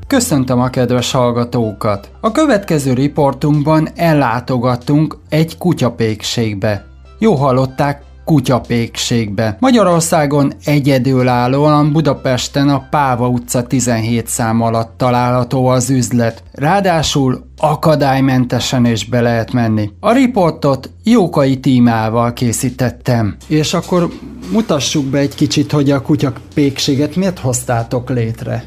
Köszöntöm a kedves hallgatókat! A következő riportunkban ellátogattunk egy kutyapékségbe. Jó hallották, kutyapékségbe. Magyarországon egyedülállóan Budapesten a Páva utca 17 szám alatt található az üzlet. Ráadásul akadálymentesen is be lehet menni. A riportot Jókai Tímával készítettem. És akkor mutassuk be egy kicsit, hogy a kutyapékséget miért hoztátok létre?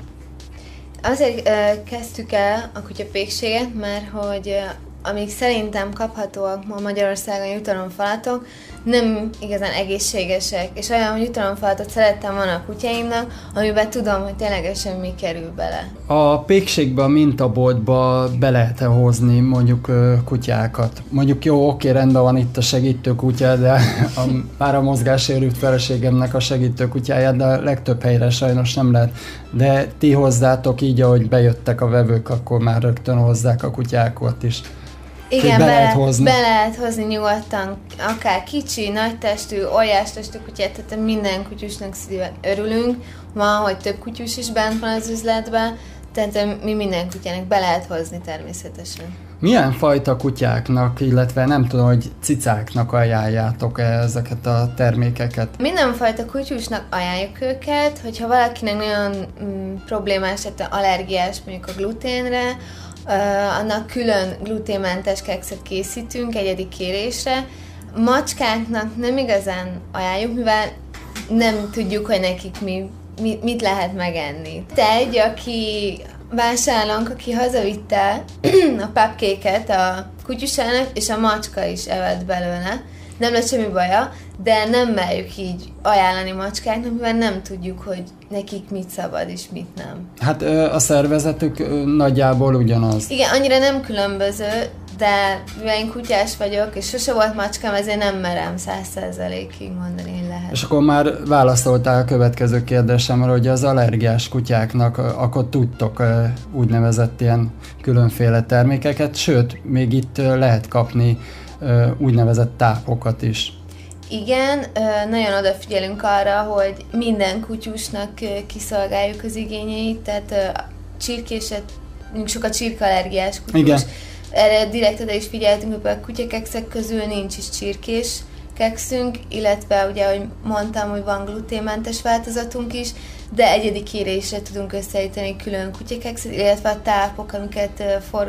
Azért kezdtük el a kutyapékséget, mert hogy amíg szerintem kaphatóak ma Magyarországon jutalomfalatok, nem igazán egészségesek, és olyan jutalomfalatot szerettem volna a kutyáimnak, amiben tudom, hogy ténylegesen mi kerül bele. A pékségbe, a mintaboltba be lehet hozni mondjuk kutyákat? Mondjuk jó, oké, rendben van itt a segítő kutya, de már a mozgássérült feleségemnek a segítő kutyáját, de a legtöbb helyre sajnos nem lehet. De ti hozzátok így, ahogy bejöttek a vevők, akkor már rögtön hozzák a kutyákat is. Igen, be lehet hozni nyugodtan, akár kicsi, nagy testű, óriás testű kutyát, tehát minden kutyusnak szíven örülünk. Van, hogy több kutyus is bent van az üzletben, tehát mi minden kutyának be lehet hozni természetesen. Milyen fajta kutyáknak, illetve nem tudom, hogy cicáknak ajánljátok-e ezeket a termékeket? Mindenfajta kutyusnak ajánljuk őket, hogyha valakinek nagyon problémás, tehát allergiás mondjuk a gluténre, annak külön gluténmentes kekszet készítünk egyedi kérésre. Macskáknak nem igazán ajánljuk, mivel nem tudjuk, hogy nekik mit lehet megenni. Egy, aki vásárlónk, aki hazavitte a pupkéket a kutyusának, és a macska is evett belőle. Nem lett semmi baja, de nem merjük így ajánlani macskáknak, mivel nem tudjuk, hogy nekik mit szabad és mit nem. Hát a szervezetük nagyjából ugyanaz. Igen, annyira nem különböző, de mivel én kutyás vagyok, és sose volt macskám, ezért nem merem 100%-ig mondani, hogy lehet. És akkor már válaszoltál a következő kérdésemre, hogy az allergiás kutyáknak akkor tudtok úgynevezett ilyen különféle termékeket, sőt, még itt lehet kapni úgynevezett tápokat is. Igen, nagyon odafigyelünk arra, hogy minden kutyusnak kiszolgáljuk az igényeit, tehát csirkéset, sok a csirkeallergiás kutyus. Igen. Erre direkt oda is figyeltünk, hogy a kutyakekszek közül nincs is csirkés kekszünk, illetve ugye, ahogy mondtam, hogy van gluténmentes változatunk is, de egyedi kérésre tudunk összeállítani külön kutyakekszet, illetve a tápok, amiket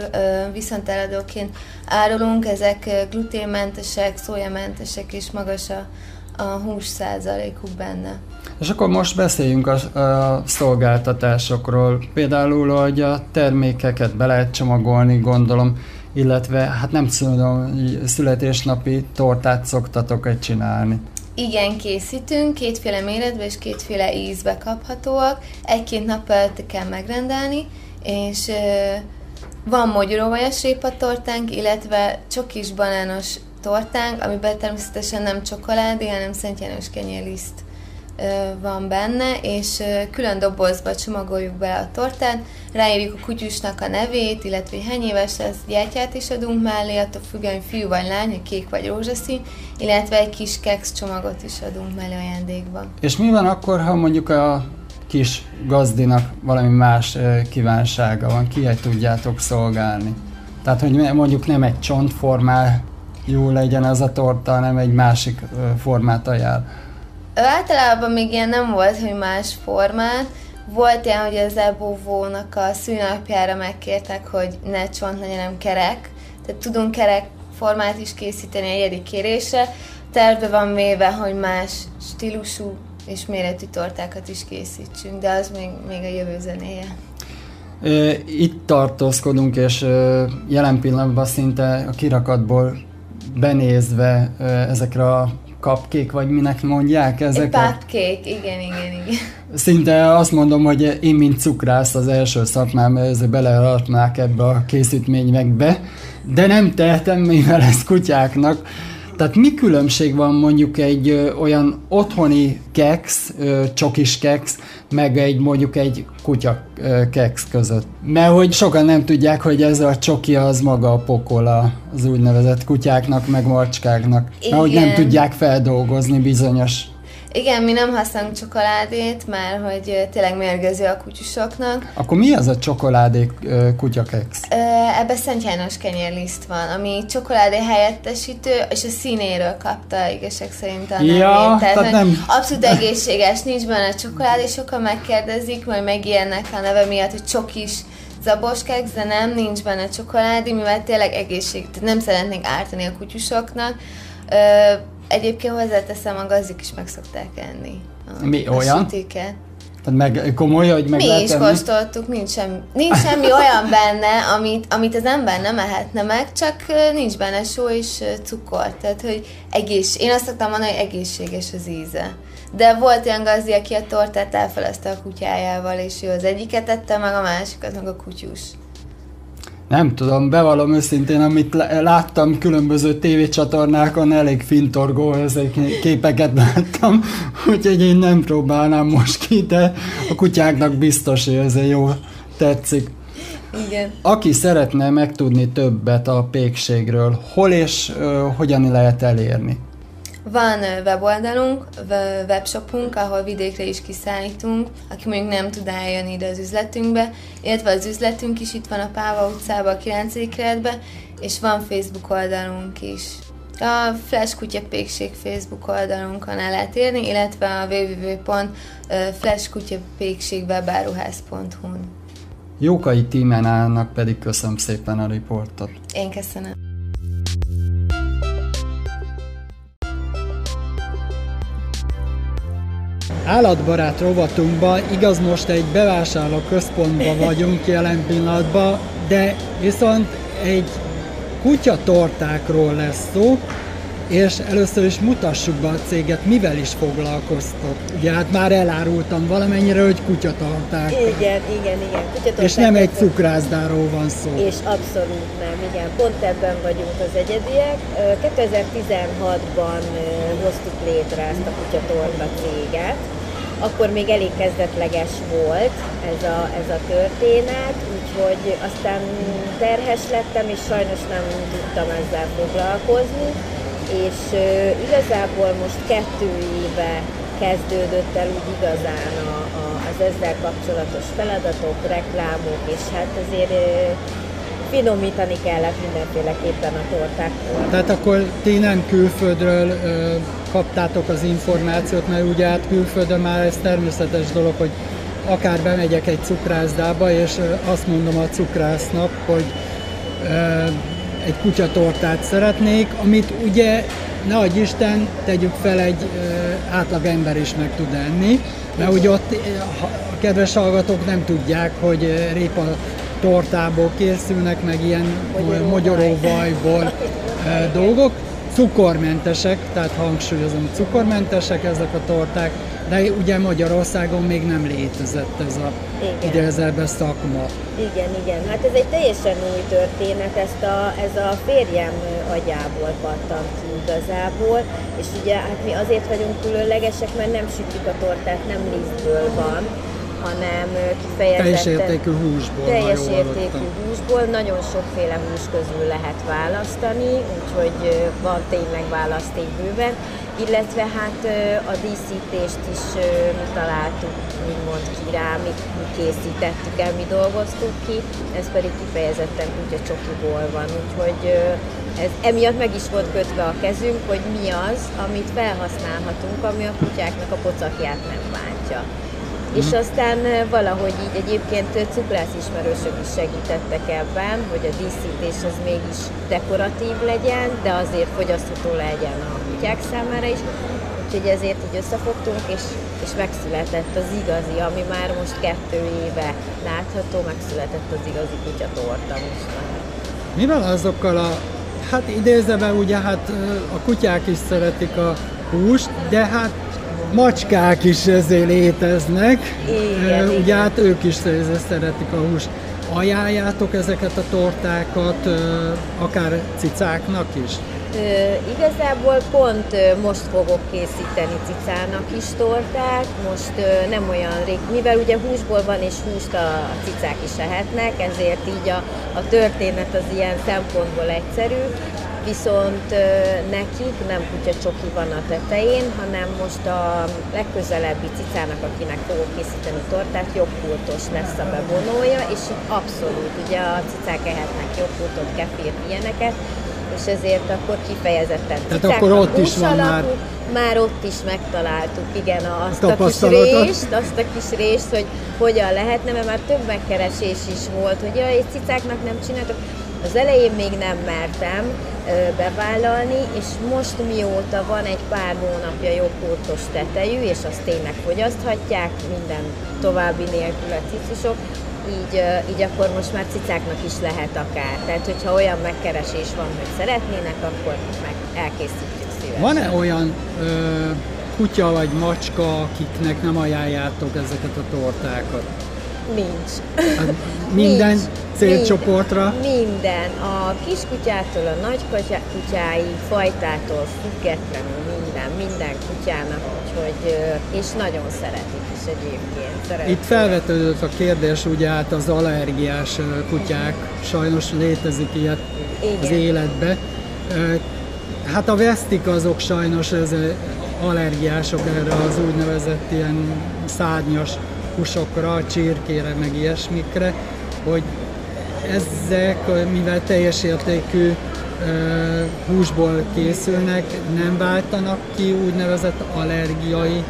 viszonteladóként árulunk, ezek gluténmentesek, szójamentesek, és magas a hús százalékuk benne. És akkor most beszéljünk a szolgáltatásokról. Például, hogy a termékeket be lehet csomagolni, gondolom, illetve hát nem tudom, születésnapi tortát szoktatok-e csinálni? Igen, készítünk, kétféle méretben és kétféle ízbe kaphatóak. Egy-két nap előtt kell megrendelni, és van mogyoróvajas répatortánk, illetve csokis banános tortánk, amiben természetesen nem csokoládé, hanem Szent János kenyérliszt van benne, és külön dobozba csomagoljuk be a tortát, ráírjuk a kutyusnak a nevét, illetve hogy hány éves lesz, gyertyát is adunk mellé, attól függően, hogy fiú vagy lány, hogy kék vagy rózsaszín, illetve egy kis keksz csomagot is adunk mellé ajándékba. És mi van akkor, ha mondjuk a kis gazdinak valami más kívánsága van, kihez tudjátok szolgálni? Tehát, hogy mondjuk nem egy csontformájú legyen az a torta, hanem egy másik formát ajánl. Általában még ilyen nem volt, hogy más formát. Volt ilyen, hogy az elbúvónak a szülinapjára megkértek, hogy ne csont legyen, hanem kerek. Tehát tudunk kerek formát is készíteni egyedi kérésre. Tervbe van véve, hogy más stílusú és méretű tortákat is készítsünk, de az még a jövő zenéje. Itt tartózkodunk, és jelen pillanatban szinte a kirakatból benézve ezekre a cupcake, vagy minek mondják ezeket? Egy cupcake, igen. Szinte azt mondom, hogy én, mint cukrász, az első szakmám, ezzel beleraknák ebbe a készítményekbe, de nem tehetem, mivel ez kutyáknak. Tehát mi különbség van mondjuk egy olyan otthoni keksz, csokis keksz, meg mondjuk egy kutya keksz között? Mert hogy sokan nem tudják, hogy ez a csoki az maga a pokol az úgynevezett kutyáknak, meg macskáknak. Mert hogy nem tudják feldolgozni bizonyos Igen, mi nem használunk csokoládét, mert hogy tényleg mérgező a kutyusoknak. Akkor mi az a csokoládé kutyakex? Ebben Szent János kenyérliszt van, ami csokoládé helyettesítő, és a színéről kapta igazság szerint a nevét. Ja, tehát nem. abszolút egészséges, nincs benne csokoládé, sokan megkérdezik, majd megijednek a neve miatt, hogy csokis zaboskex, de nem, nincs benne csokoládé, mivel tényleg tehát nem szeretnénk ártani a kutyusoknak. Egyébként hozzáteszem, a gazdik is meg szokták enni. Mi olyan? Sütiket. Meg komoly, hogy meg mi lehet is enni? kóstoltuk, nincs semmi olyan benne, amit az ember nem ehetne meg, csak nincs benne só és cukor. Tehát, hogy én azt szoktam mondani, hogy egészséges az íze. De volt olyan gazdi, aki a tortát elfelezte a kutyájával, és ő az egyiket ette meg, a másikat meg a kutyus. Nem tudom, bevallom őszintén, amit láttam különböző tévécsatornákon, elég fintorgó képeket láttam, úgyhogy én nem próbálnám most ki, de a kutyáknak biztos, hogy ez jól tetszik. Igen. Aki szeretne megtudni többet a pékségről, hol és hogyan lehet elérni? Van weboldalunk, webshopunk, ahol vidékre is kiszállítunk, aki mondjuk nem tud eljönni ide az üzletünkbe, illetve az üzletünk is itt van a Páva utcában, a 9. kerületben, és van Facebook oldalunk is. A Flash Kutya Pékség Facebook oldalunkon el lehet érni, illetve a www.flashkutyapékségwebáruház.hu-n. Jókai Tímenának pedig köszönöm szépen a riportot. Én köszönöm. Állatbarát rovatunkban, igaz most egy bevásárlóközpontban vagyunk jelen pillanatban, de viszont egy kutyatortákról lesz szó, és először is mutassuk be a céget, mivel is foglalkoztok. Ugye hát már elárultam valamennyire, hogy kutyatorták. Igen. Kutyatorták. És nem egy cukrászdáról van szó. És abszolút nem, igen. Pont ebben vagyunk az egyediek. 2016-ban hoztuk létre ezt a kutyatorta céget. Akkor még elég kezdetleges volt ez a történet, úgyhogy aztán terhes lettem, és sajnos nem tudtam ezzel foglalkozni. És igazából most 2 éve kezdődött el úgy igazán az ezzel kapcsolatos feladatok, reklámok, és hát azért finomítani kellett mindenféleképpen a tortákról. Tehát akkor ti nem külföldről kaptátok az információt, mert ugye hát külföldön már ez természetes dolog, hogy akár bemegyek egy cukrászdába, és azt mondom a cukrásznak, hogy egy kutyatortát szeretnék, amit ugye, ne adj Isten, tegyük fel, egy átlag ember is meg tud enni, mert ugye ott a kedves hallgatók nem tudják, hogy répa tortából készülnek, meg ilyen mogyoróvajból dolgok. Cukormentesek, tehát hangsúlyozom, cukormentesek ezek a torták, de ugye Magyarországon még nem létezett ez a idézőjelben szakma. Igen. Hát ez egy teljesen új történet, ez a férjem agyából pattant ki igazából, és ugye hát mi azért vagyunk különlegesek, mert nem sütjük a tortát, nem lisztből van, hanem kifejezetten teljes értékű húsból, nagyon sokféle hús közül lehet választani, úgyhogy van tényleg választék bőven, illetve hát a díszítést is mi találtuk, úgymond ki rá, mi készítettük el, mi dolgoztuk ki, ez pedig kifejezetten kutyacsokiból van, úgyhogy ez emiatt meg is volt kötve a kezünk, hogy mi az, amit felhasználhatunk, ami a kutyáknak a pocakját nem bántja. És aztán valahogy így egyébként cukrász ismerősök is segítettek ebben, hogy a díszítés az mégis dekoratív legyen, de azért fogyasztható legyen a kutyák számára is. Úgyhogy ezért így összefogtunk, és megszületett az igazi, ami már most 2 éve látható, megszületett az igazi kutyatorta most már. Mivel azokkal hát idézőben ugye hát a kutyák is szeretik a húst, de hát macskák is ezért léteznek, Igen. ugye hát ők is szeretik a húst. Ajánljátok ezeket a tortákat akár cicáknak is? Igazából pont most fogok készíteni cicának is tortát, most nem olyan rég, mivel ugye húsból van és húst a cicák is ehetnek, ezért így a történet az ilyen szempontból egyszerű. Viszont nekik nem kutyacsoki van a tetején, hanem most a legközelebbi cicának, akinek fogok készíteni tortát, joghurtos lesz a bevonója, és abszolút, ugye a cicák ehetnek joghurtot, kefírt, ilyeneket, és ezért akkor kifejezetten cicáknak. Tehát akkor ott is van már ott is megtaláltuk, igen, azt a kis részt, hogy hogyan lehetne, mert már több megkeresés is volt, hogy jaj, cicáknak nem csináltok. Az elején még nem mertem bevállalni, és most mióta van egy pár hónapja joghurtos tetejű, és azt tényleg fogyaszthatják, minden további nélkül a cicusok, így akkor most már cicáknak is lehet akár. Tehát, hogyha olyan megkeresés van, hogy szeretnének, akkor meg elkészítjük szívesen. Van-e olyan kutya vagy macska, akiknek nem ajánljátok ezeket a tortákat? Nincs. Hát minden célcsoportra? Minden. A kiskutyától a nagykutyáig, fajtától függetlenül minden kutyának, úgyhogy, és nagyon szeretik is egyébként. Itt felvetődött a kérdés, ugye hát az allergiás kutyák, sajnos létezik ilyet az életbe. Hát a vesztik azok sajnos allergiások erre az úgynevezett ilyen szárnyas húsokra, csirkére, meg ilyesmikre, hogy ezek, mivel teljes értékű húsból készülnek, nem váltanak ki úgynevezett allergiai?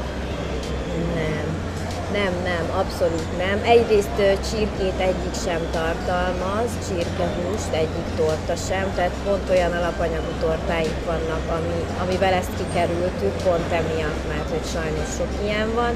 Nem, abszolút nem. Egyrészt csirkét egyik sem tartalmaz, csirkehúst, egyik torta sem, tehát pont olyan alapanyagú tortáink vannak, amivel ezt kikerültük, pont emiatt, mert hogy sajnos sok ilyen van.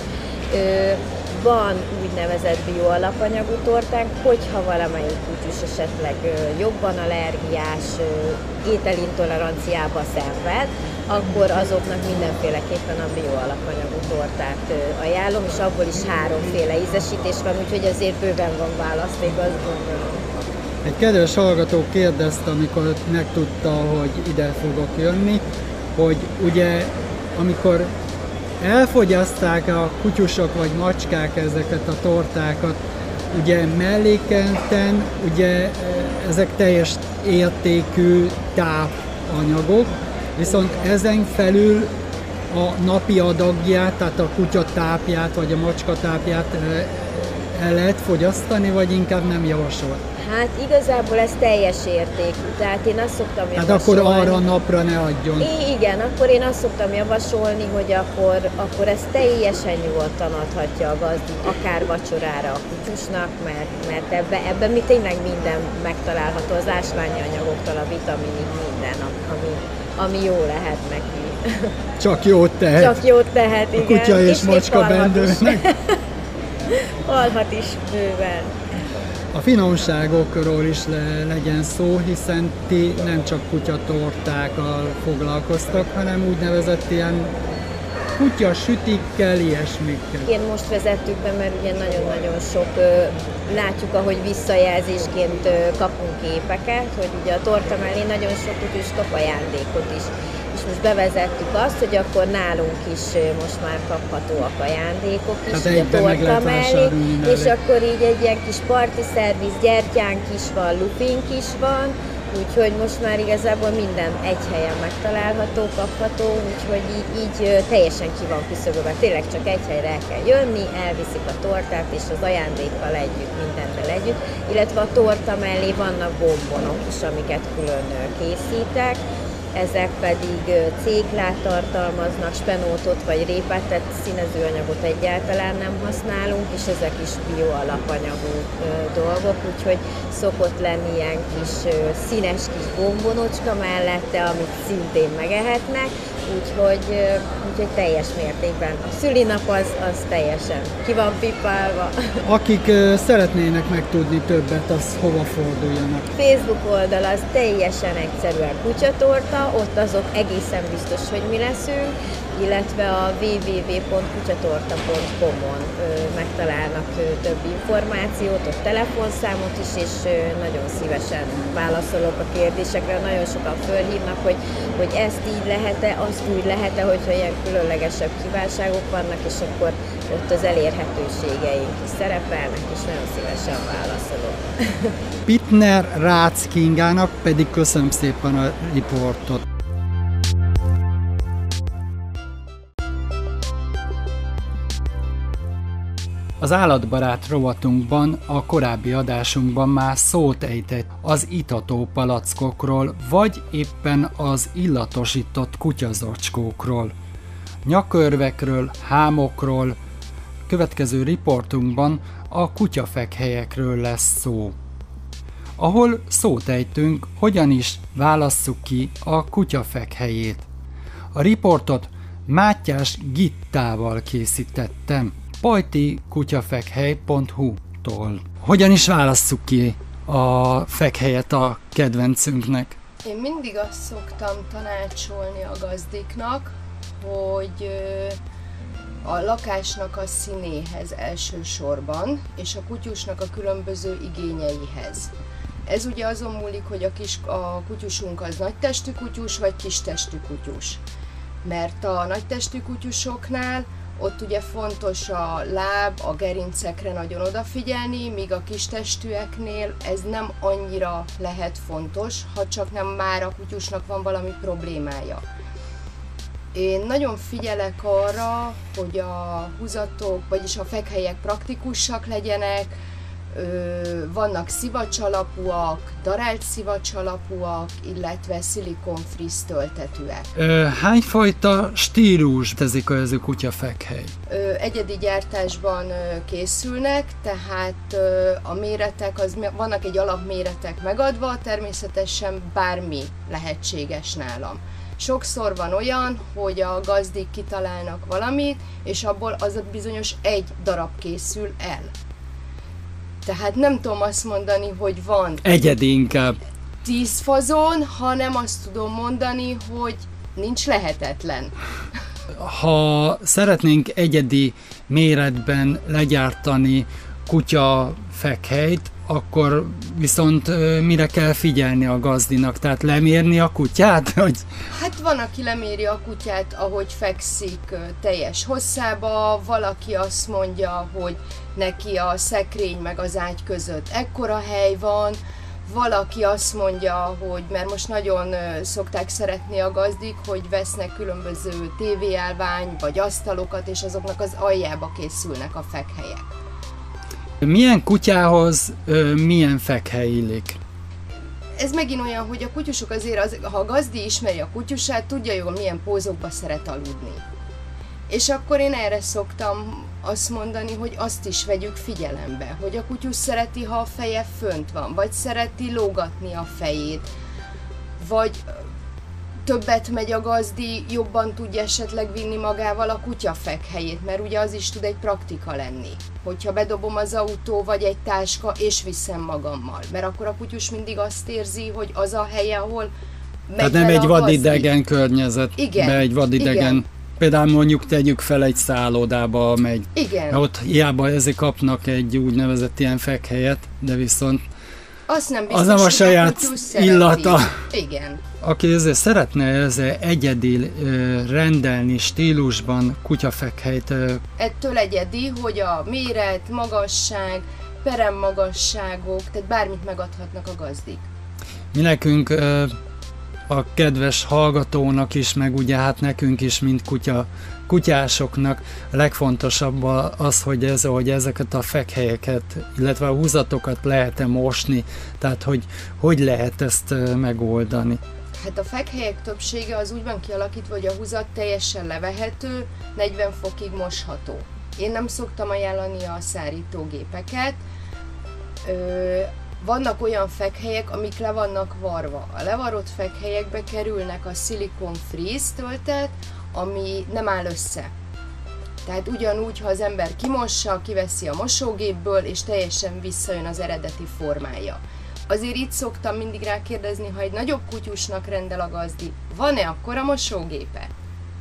Van úgynevezett bioalapanyagú tortánk, hogyha valamelyik kutyus esetleg jobban allergiás, ételintoleranciába szenved, akkor azoknak mindenféleképpen a bioalapanyagú tortát ajánlom, és abból is 3-féle ízesítés van, úgyhogy azért bőven van választék, azt gondolom. Egy kedves hallgató kérdezte, amikor megtudta, hogy ide fogok jönni, hogy ugye amikor elfogyaszták a kutyusok vagy macskák ezeket a tortákat, ugye mellékelten, ugye ezek teljes értékű tápanyagok, viszont ezen felül a napi adagját, tehát a kutya tápját vagy a macska tápját el lehet fogyasztani, vagy inkább nem javasol? Hát igazából ez teljes értékű, tehát én azt szoktam javasolni. Hát akkor arra a napra ne adjon. Igen, akkor én azt szoktam javasolni, hogy akkor ezt teljesen nyugodtan adhatja a gazdi, akár vacsorára a kutyusnak, mert ebben mi tényleg minden megtalálható, az ásványi anyagoktól a vitaminig minden, ami jó lehet neki. Csak jót tehet. Csak jót tehet, igen. A kutya és macska bendőnek. Alhat is bőven. A finomságokról is legyen szó, hiszen ti nem csak kutyatortákkal foglalkoztak, hanem úgynevezett ilyen kutyasütikkel, ilyesmikkel. Én most vezettük be, mert ugye nagyon-nagyon sok, látjuk, ahogy visszajelzésként kapunk képeket, hogy ugye a torta mellé nagyon sok kutyus kap ajándékot is. És most bevezettük azt, hogy akkor nálunk is most már kaphatóak ajándékok is, hát a torta mellé, és akkor így egy ilyen kis parti szerviz, gyertyánk is van, lupink is van, úgyhogy most már igazából minden egy helyen megtalálható, kapható, úgyhogy így teljesen ki van küszöbölve, tényleg csak egy helyre el kell jönni, elviszik a tortát, és az ajándékkal együtt, mindennel együtt, illetve a torta mellé vannak bombonok is, amiket külön készítek, ezek pedig céklát tartalmaznak, spenótot vagy répát, tehát színezőanyagot egyáltalán nem használunk, és ezek is bioalapanyagú dolgok, úgyhogy szokott lenni ilyen kis színes kis bombonocska mellette, amit szintén megehetnek, úgyhogy teljes mértékben. A szülinap az teljesen ki van pipálva. Akik szeretnének megtudni többet, az hova forduljanak? Facebook oldal az teljesen egyszerűen kutyatorta, ott azok egészen biztos, hogy mi leszünk, illetve a www.kutyatorta.com-on megtalálnak több információt, ott telefonszámot is, és nagyon szívesen válaszolok a kérdésekre. Nagyon sokan fölhívnak, hogy ezt így lehet-e, azt úgy lehet-e, hogyha ilyen különlegesebb kívánságok vannak, és akkor ott az elérhetőségeink is szerepelnek, és nagyon szívesen válaszolok. Pittner Rácz Kingának pedig köszönöm szépen a riportot. Az állatbarát rovatunkban, a korábbi adásunkban már szót ejtett az itató palackokról, vagy éppen az illatosított kutyazacskókról, nyakörvekről, hámokról. Következő riportunkban a kutyafekhelyekről lesz szó, ahol szót ejtünk, hogyan is válasszuk ki a kutyafekhelyét. A riportot Mátyás Gittával készítettem, pajtikutyafekhely.hu-tól. Hogyan is válasszuk ki a fekhelyet a kedvencünknek? Én mindig azt szoktam tanácsolni a gazdiknak, hogy a lakásnak a színéhez elsősorban, és a kutyusnak a különböző igényeihez. Ez ugye azon múlik, hogy a kutyusunk az nagytestű kutyus, vagy kistestű kutyus. Mert a nagytestű kutyusoknál ott ugye fontos a láb, a gerincekre nagyon odafigyelni, míg a kistestűeknél ez nem annyira lehet fontos, ha csak nem már a kutyusnak van valami problémája. Én nagyon figyelek arra, hogy a húzatok, vagyis a fekhelyek praktikusak legyenek, vannak szivacsalapúak, darált szivacsalapúak, illetve szilikon-friss töltetőek. Hányfajta stílus tezik ez a kutyafekhely? Egyedi gyártásban készülnek, tehát a méretek, vannak egy alapméretek megadva, természetesen bármi lehetséges nálam. Sokszor van olyan, hogy a gazdik kitalálnak valamit, és abból az a bizonyos egy darab készül el. Tehát nem tudom azt mondani, hogy van egyedi inkább 10 fazon, hanem azt tudom mondani, hogy nincs lehetetlen. Ha szeretnénk egyedi méretben legyártani kutyafekhelyt, akkor viszont mire kell figyelni a gazdinak? Tehát lemérni a kutyát? Hogy... Hát van, aki leméri a kutyát, ahogy fekszik teljes hosszába, valaki azt mondja, hogy neki a szekrény meg az ágy között ekkora hely van, valaki azt mondja, hogy mert most nagyon szokták szeretni a gazdik, hogy vesznek különböző tévéállvány vagy asztalokat, és azoknak az aljába készülnek a fekhelyek. Milyen kutyához milyen fekhely illik? Ez megint olyan, hogy a kutyusok azért, ha a gazdi ismeri a kutyusát, tudja jól milyen pózokba szeret aludni. És akkor én erre szoktam azt mondani, hogy azt is vegyük figyelembe, hogy a kutyus szereti, ha a feje fönt van, vagy szereti lógatni a fejét, vagy többet megy a gazdi, jobban tudja esetleg vinni magával a kutyafekhelyét, mert ugye az is tud egy praktika lenni. Hogyha bedobom az autó, vagy egy táska, és viszem magammal. Mert akkor a kutyus mindig azt érzi, hogy az a helye, ahol megy. Tehát nem egy vadidegen környezet, be egy vadidegen. Igen. Például mondjuk tegyük fel egy szállodába megy. Igen. Ott hiába ezek kapnak egy úgynevezett ilyen fekhelyet, de viszont az nem biztos, az nem a saját illata. Igen. Aki ezért szeretne ezzel egyedi rendelni stílusban kutyafekhelyt. Ettől egyedi, hogy a méret, magasság, peremmagasságok, tehát bármit megadhatnak a gazdik. Mi nekünk a kedves hallgatónak is, meg ugye hát nekünk is, mint kutyásoknak a legfontosabb az, hogy ezeket a fekhelyeket, illetve a húzatokat lehet-e mosni, tehát hogy lehet ezt megoldani. Hát a fekhelyek többsége az úgy van kialakítva, hogy a húzat teljesen levehető, 40 fokig mosható. Én nem szoktam ajánlani a szárítógépeket. Vannak olyan fekhelyek, amik le vannak varva. A levarott fekhelyekbe kerülnek a szilikon-friss töltet, ami nem áll össze. Tehát ugyanúgy, ha az ember kimossa, kiveszi a mosógépből, és teljesen visszajön az eredeti formája. Azért itt szoktam mindig rákérdezni, ha egy nagyobb kutyusnak rendel a gazdi, van-e akkora mosógépe?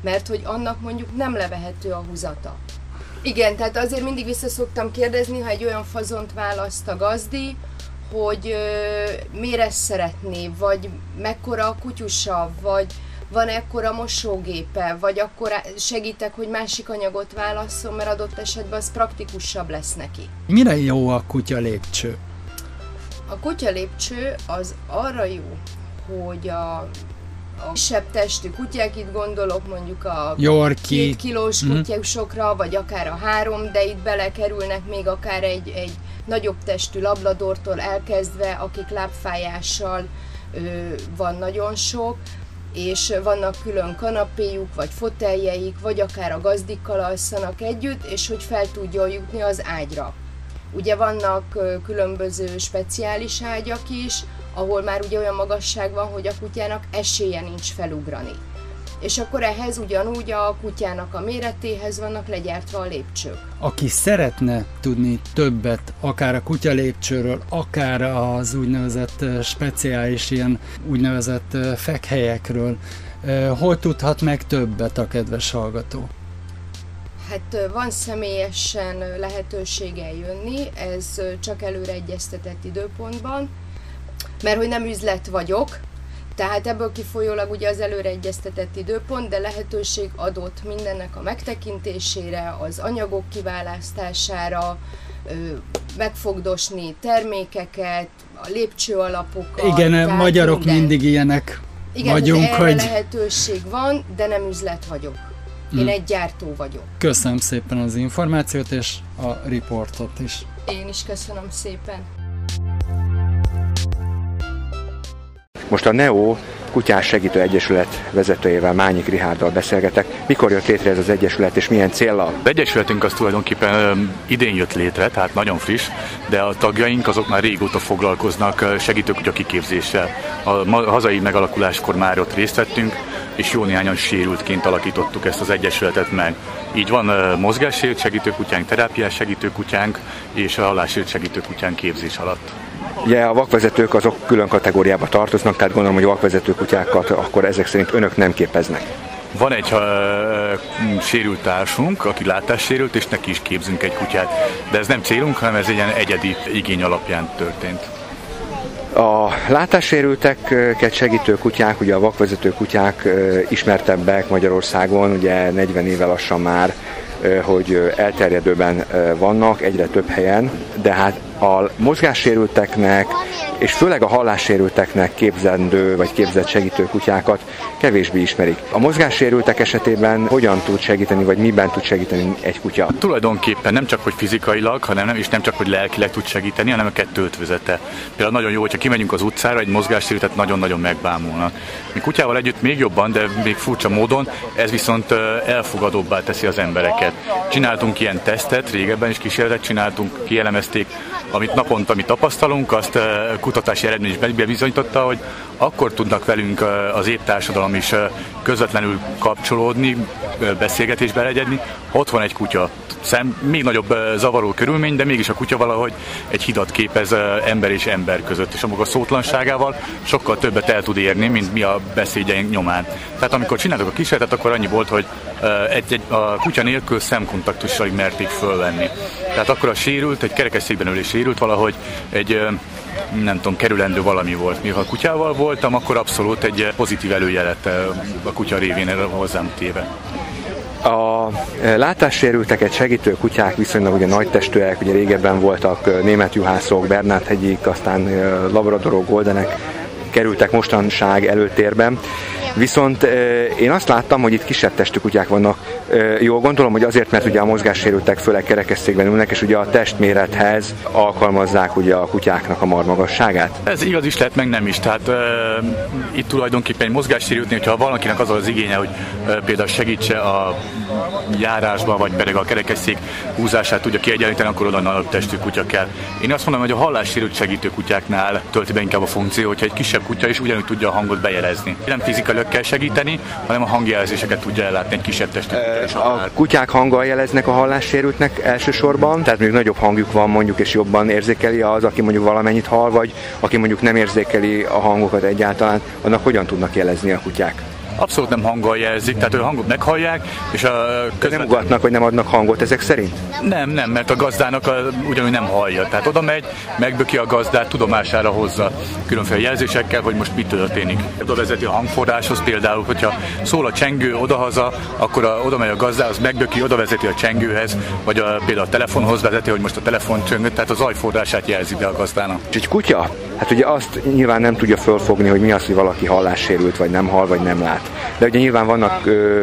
mert hogy annak mondjuk nem levehető a húzata. Igen, tehát azért mindig vissza szoktam kérdezni, ha egy olyan fazont választ a gazdi, hogy miért ezt szeretné, vagy mekkora a kutyusa, vagy van ekkora mosógépe, vagy akkor segítek, hogy másik anyagot válasszon, mert adott esetben az praktikusabb lesz neki. Mire jó a kutya lépcső? A kutya lépcső az arra jó, hogy a kisebb testű kutyák, itt gondolok mondjuk a 2 kilós kutyusokra, vagy akár a 3, de itt belekerülnek még akár egy nagyobb testű labradortól elkezdve, akik lábfájással van nagyon sok, és vannak külön kanapéjuk, vagy foteljeik, vagy akár a gazdikkal alszanak együtt, és hogy fel tudjon jutni az ágyra. Ugye vannak különböző speciális ágyak is, ahol már ugye olyan magasság van, hogy a kutyának esélye nincs felugrani. És akkor ehhez ugyanúgy a kutyának a méretéhez vannak legyártva a lépcsők. Aki szeretne tudni többet, akár a kutya lépcsőről, akár az úgynevezett speciális ilyen úgynevezett fekhelyekről, hol tudhat meg többet a kedves hallgató? Hát van személyesen lehetőség eljönni, ez csak előre egyeztetett időpontban, mert hogy nem üzlet vagyok, tehát ebből kifolyólag ugye az előre egyeztetett időpont, de lehetőség adott mindennek a megtekintésére, az anyagok kiválasztására, megfogdosni termékeket, a lépcső alapokat. Igen, magyarok minden. Mindig ilyenek igen, vagyunk, erre hogy... lehetőség van, de nem üzlet vagyok. Én egy gyártó vagyok. Köszönöm szépen az információt és a riportot is. Én is köszönöm szépen. Most a NEO Kutyás Segítő Egyesület vezetőjével, Mányik Richárddal beszélgetek. Mikor jött létre ez az egyesület, és milyen céllal? Az egyesületünk az tulajdonképpen idén jött létre, tehát nagyon friss, de a tagjaink azok már régóta foglalkoznak segítőkutya kiképzéssel. A hazai megalakuláskor már ott részt vettünk, és jó néhányan sérültként alakítottuk ezt az egyesületet meg. Így van mozgássérült segítőkutyánk, terápiás segítőkutyánk és a hallássérült segítőkutyánk képzés alatt. Ugye a vakvezetők azok külön kategóriába tartoznak, tehát gondolom, hogy a vakvezető kutyákat akkor ezek szerint önök nem képeznek. Van egy sérült társunk, aki látássérült, és neki is képzünk egy kutyát. De ez nem célunk, hanem ez egy ilyen egyedi igény alapján történt. A látássérülteket segítő kutyák, ugye a vakvezető kutyák ismertebbek Magyarországon, ugye 40 éve lassan már, hogy elterjedőben vannak, egyre több helyen, de hát a mozgássérülteknek és főleg a hallássérülteknek képzendő vagy képzett segítő kutyákat kevésbé ismerik. A mozgássérültek esetében hogyan tud segíteni, vagy miben tud segíteni egy kutya? Tulajdonképpen nem csak, hogy fizikailag, hanem nem csak, hogy lelkileg tud segíteni, hanem a kettő ötvözete. Például nagyon jó, hogyha kimegyünk az utcára, egy mozgássérültet nagyon-nagyon megbámulnak. Mi kutyával együtt még jobban, de még furcsa módon, ez viszont elfogadóbbá teszi az embereket. Csináltunk ilyen tesztet, régebben is kísérletet csináltunk, kielemezték, amit naponta mi tapasztalunk, azt kutatási eredmény is bebizonyította, hogy akkor tudnak velünk az épp társadalom is közvetlenül kapcsolódni, beszélgetésbe elegyedni, ha ott van egy kutya. Még nagyobb zavaró körülmény, de mégis a kutya valahogy egy hidat képez ember és ember között, és a maga szótlanságával sokkal többet el tud érni, mint mi a beszédjeink nyomán. Tehát amikor csináltuk a kísérletet, akkor annyi volt, hogy a kutya nélkül szemkontaktussal merték fölvenni. Tehát akkor a sérült, egy kerekesszékben ülő sérült valahogy egy nem tudom, kerülendő valami volt. Mi, ha a kutyával voltam, akkor abszolút egy pozitív előjelet a kutya révén hozzám téve. A látássérülteket segítő kutyák viszonylag ugye nagy testűek, ugye régebben voltak német juhászok, Bernát-hegyik, aztán labradorok, goldenek kerültek mostanság előtérben. Viszont én azt láttam, hogy itt kisebb testű kutyák vannak. Jól gondolom, hogy azért, mert ugye a mozgássérültek főleg kerekesszékben ülnek, és ugye a testmérethez alkalmazzák ugye a kutyáknak a marmagasságát. Ez igaz is lehet, meg nem is. Tehát itt tulajdonképpen egy mozgássérültnél, hogyha valakinek az az igénye, hogy például segítse a járásba, vagy pedig a kerekesszék húzását tudja kiegyenlíteni, akkor oda nagyobb testű kutya kell. Én azt mondom, hogy a hallássérült segítő kutyáknál tölti be inkább a funkció, hogyha egy kisebb kutya is ugyanúgy tudja a hangot bejelezni. Nem fizikailag kell segíteni, hanem a hangjelzéseket tudja ellátni egy kisebb testű kutya is. A kutyák hanggal jeleznek a hallássérültnek elsősorban, tehát mondjuk nagyobb hangjuk van mondjuk, és jobban érzékeli az, aki mondjuk valamennyit hall, vagy aki mondjuk nem érzékeli a hangokat egyáltalán, annak hogyan tudnak jelezni a kutyák? Abszolút nem hanggal jelzik, tehát a hangot meghallják, és nem ugatnak, vagy nem adnak hangot ezek szerint? Nem, mert a gazdának ugyanúgy nem hallja. Tehát oda megy, megböki a gazdát, tudomására hozza különféle jelzésekkel, hogy most mi történik. Oda vezeti a hangforráshoz például, hogyha szól a csengő odahaza, akkor oda megy a gazdához, megböki, oda vezeti a csengőhez, vagy például a telefonhoz vezeti, hogy most a telefon csöngött, tehát az zajforrását jelzi be a gazdának. És egy kutya? Hát ugye azt nyilván nem tudja fölfogni, hogy mi az, hogy valaki hallássérült, vagy nem hall, vagy nem lát. De ugye nyilván vannak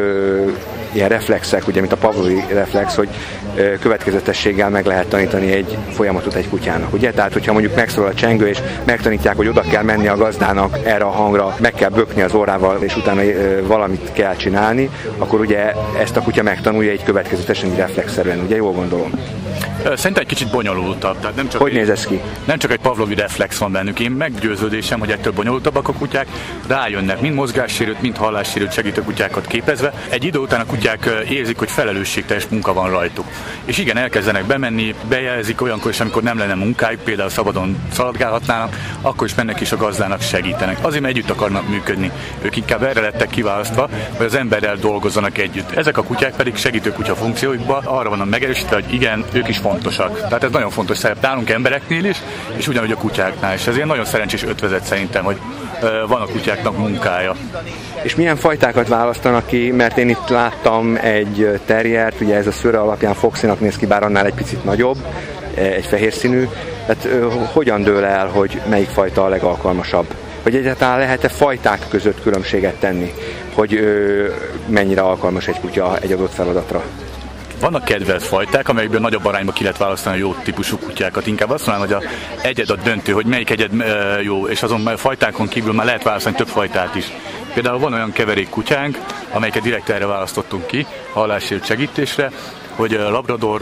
ilyen reflexek, ugye, mint a Pavlovi reflex, hogy következetességgel meg lehet tanítani egy folyamatot egy kutyának, ugye? Tehát, hogyha mondjuk megszólal a csengő, és megtanítják, hogy oda kell menni a gazdának erre a hangra, meg kell bökni az órával, és utána valamit kell csinálni, akkor ugye ezt a kutya megtanulja egy következetesen, egy reflexzerűen, ugye? Jól gondolom. Szerintem egy kicsit bonyolultabb. Tehát nem csak hogy néz ez ki? Nem csak egy Pavlovi reflex van bennük. Én meggyőződésem, hogy ettől bonyolultabbak a kutyák, rájönnek mind mozgássérült, mind hallássérült segítő kutyákat képezve. Egy idő után a kutyák érzik, hogy felelősségteljes munka van rajtuk. És igen, elkezdenek bemenni, bejelzik olyankor is, amikor nem lenne munkájuk, például szabadon szaladgálhatnának, akkor is mennek és a gazdának segítenek. Azért, mert együtt akarnak működni. Ők inkább erre lettek kiválasztva, hogy az emberrel dolgozzanak együtt. Ezek a kutyák pedig segítő kutya funkcióikban arra vannak megerősítve, hogy igen, ők is fontosak. Tehát ez nagyon fontos szerep nálunk embereknél is, és ugyanúgy a kutyáknál is. Ezért nagyon szerencsés ötvözet szerintem, hogy van a kutyáknak munkája. És milyen fajtákat választanak ki? Mert én itt láttam egy terriert, ugye ez a szőre alapján foxinak néz ki, bár annál egy picit nagyobb, egy fehér színű. Tehát hogyan dől el, hogy melyik fajta a legalkalmasabb? Vagy egyáltalán lehet-e fajták között különbséget tenni, hogy mennyire alkalmas egy kutya egy adott feladatra? Vannak kedvelt fajták, amelyekből nagyobb arányban ki lehet választani a jó típusú kutyákat. Inkább azt mondanám, hogy egyed a döntő, hogy melyik egyed jó, és azon fajtákon kívül már lehet választani több fajtát is. Például van olyan keverék kutyánk, amelyeket direkt erre választottunk ki, hallássérült segítésre, hogy a labrador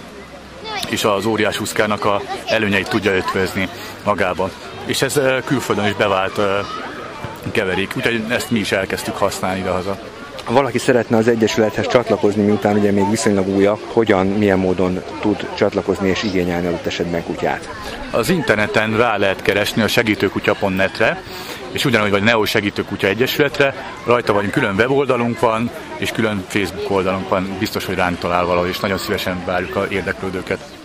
és az óriás huszkának a előnyeit tudja ötvözni magába. És ez külföldön is bevált keverék, úgyhogy ezt mi is elkezdtük használni idehaza. Ha valaki szeretne az Egyesülethez csatlakozni, miután ugye még viszonylag újabb, hogyan, milyen módon tud csatlakozni és igényelni adott esetben kutyát? Az interneten rá lehet keresni a segítőkutya.net-re, és ugyanúgy vagy Neo Segítőkutya Egyesületre, rajta vagyunk, külön weboldalunk van, és külön Facebook oldalunk van, biztos, hogy ránk talál valahol, és nagyon szívesen várjuk az érdeklődőket.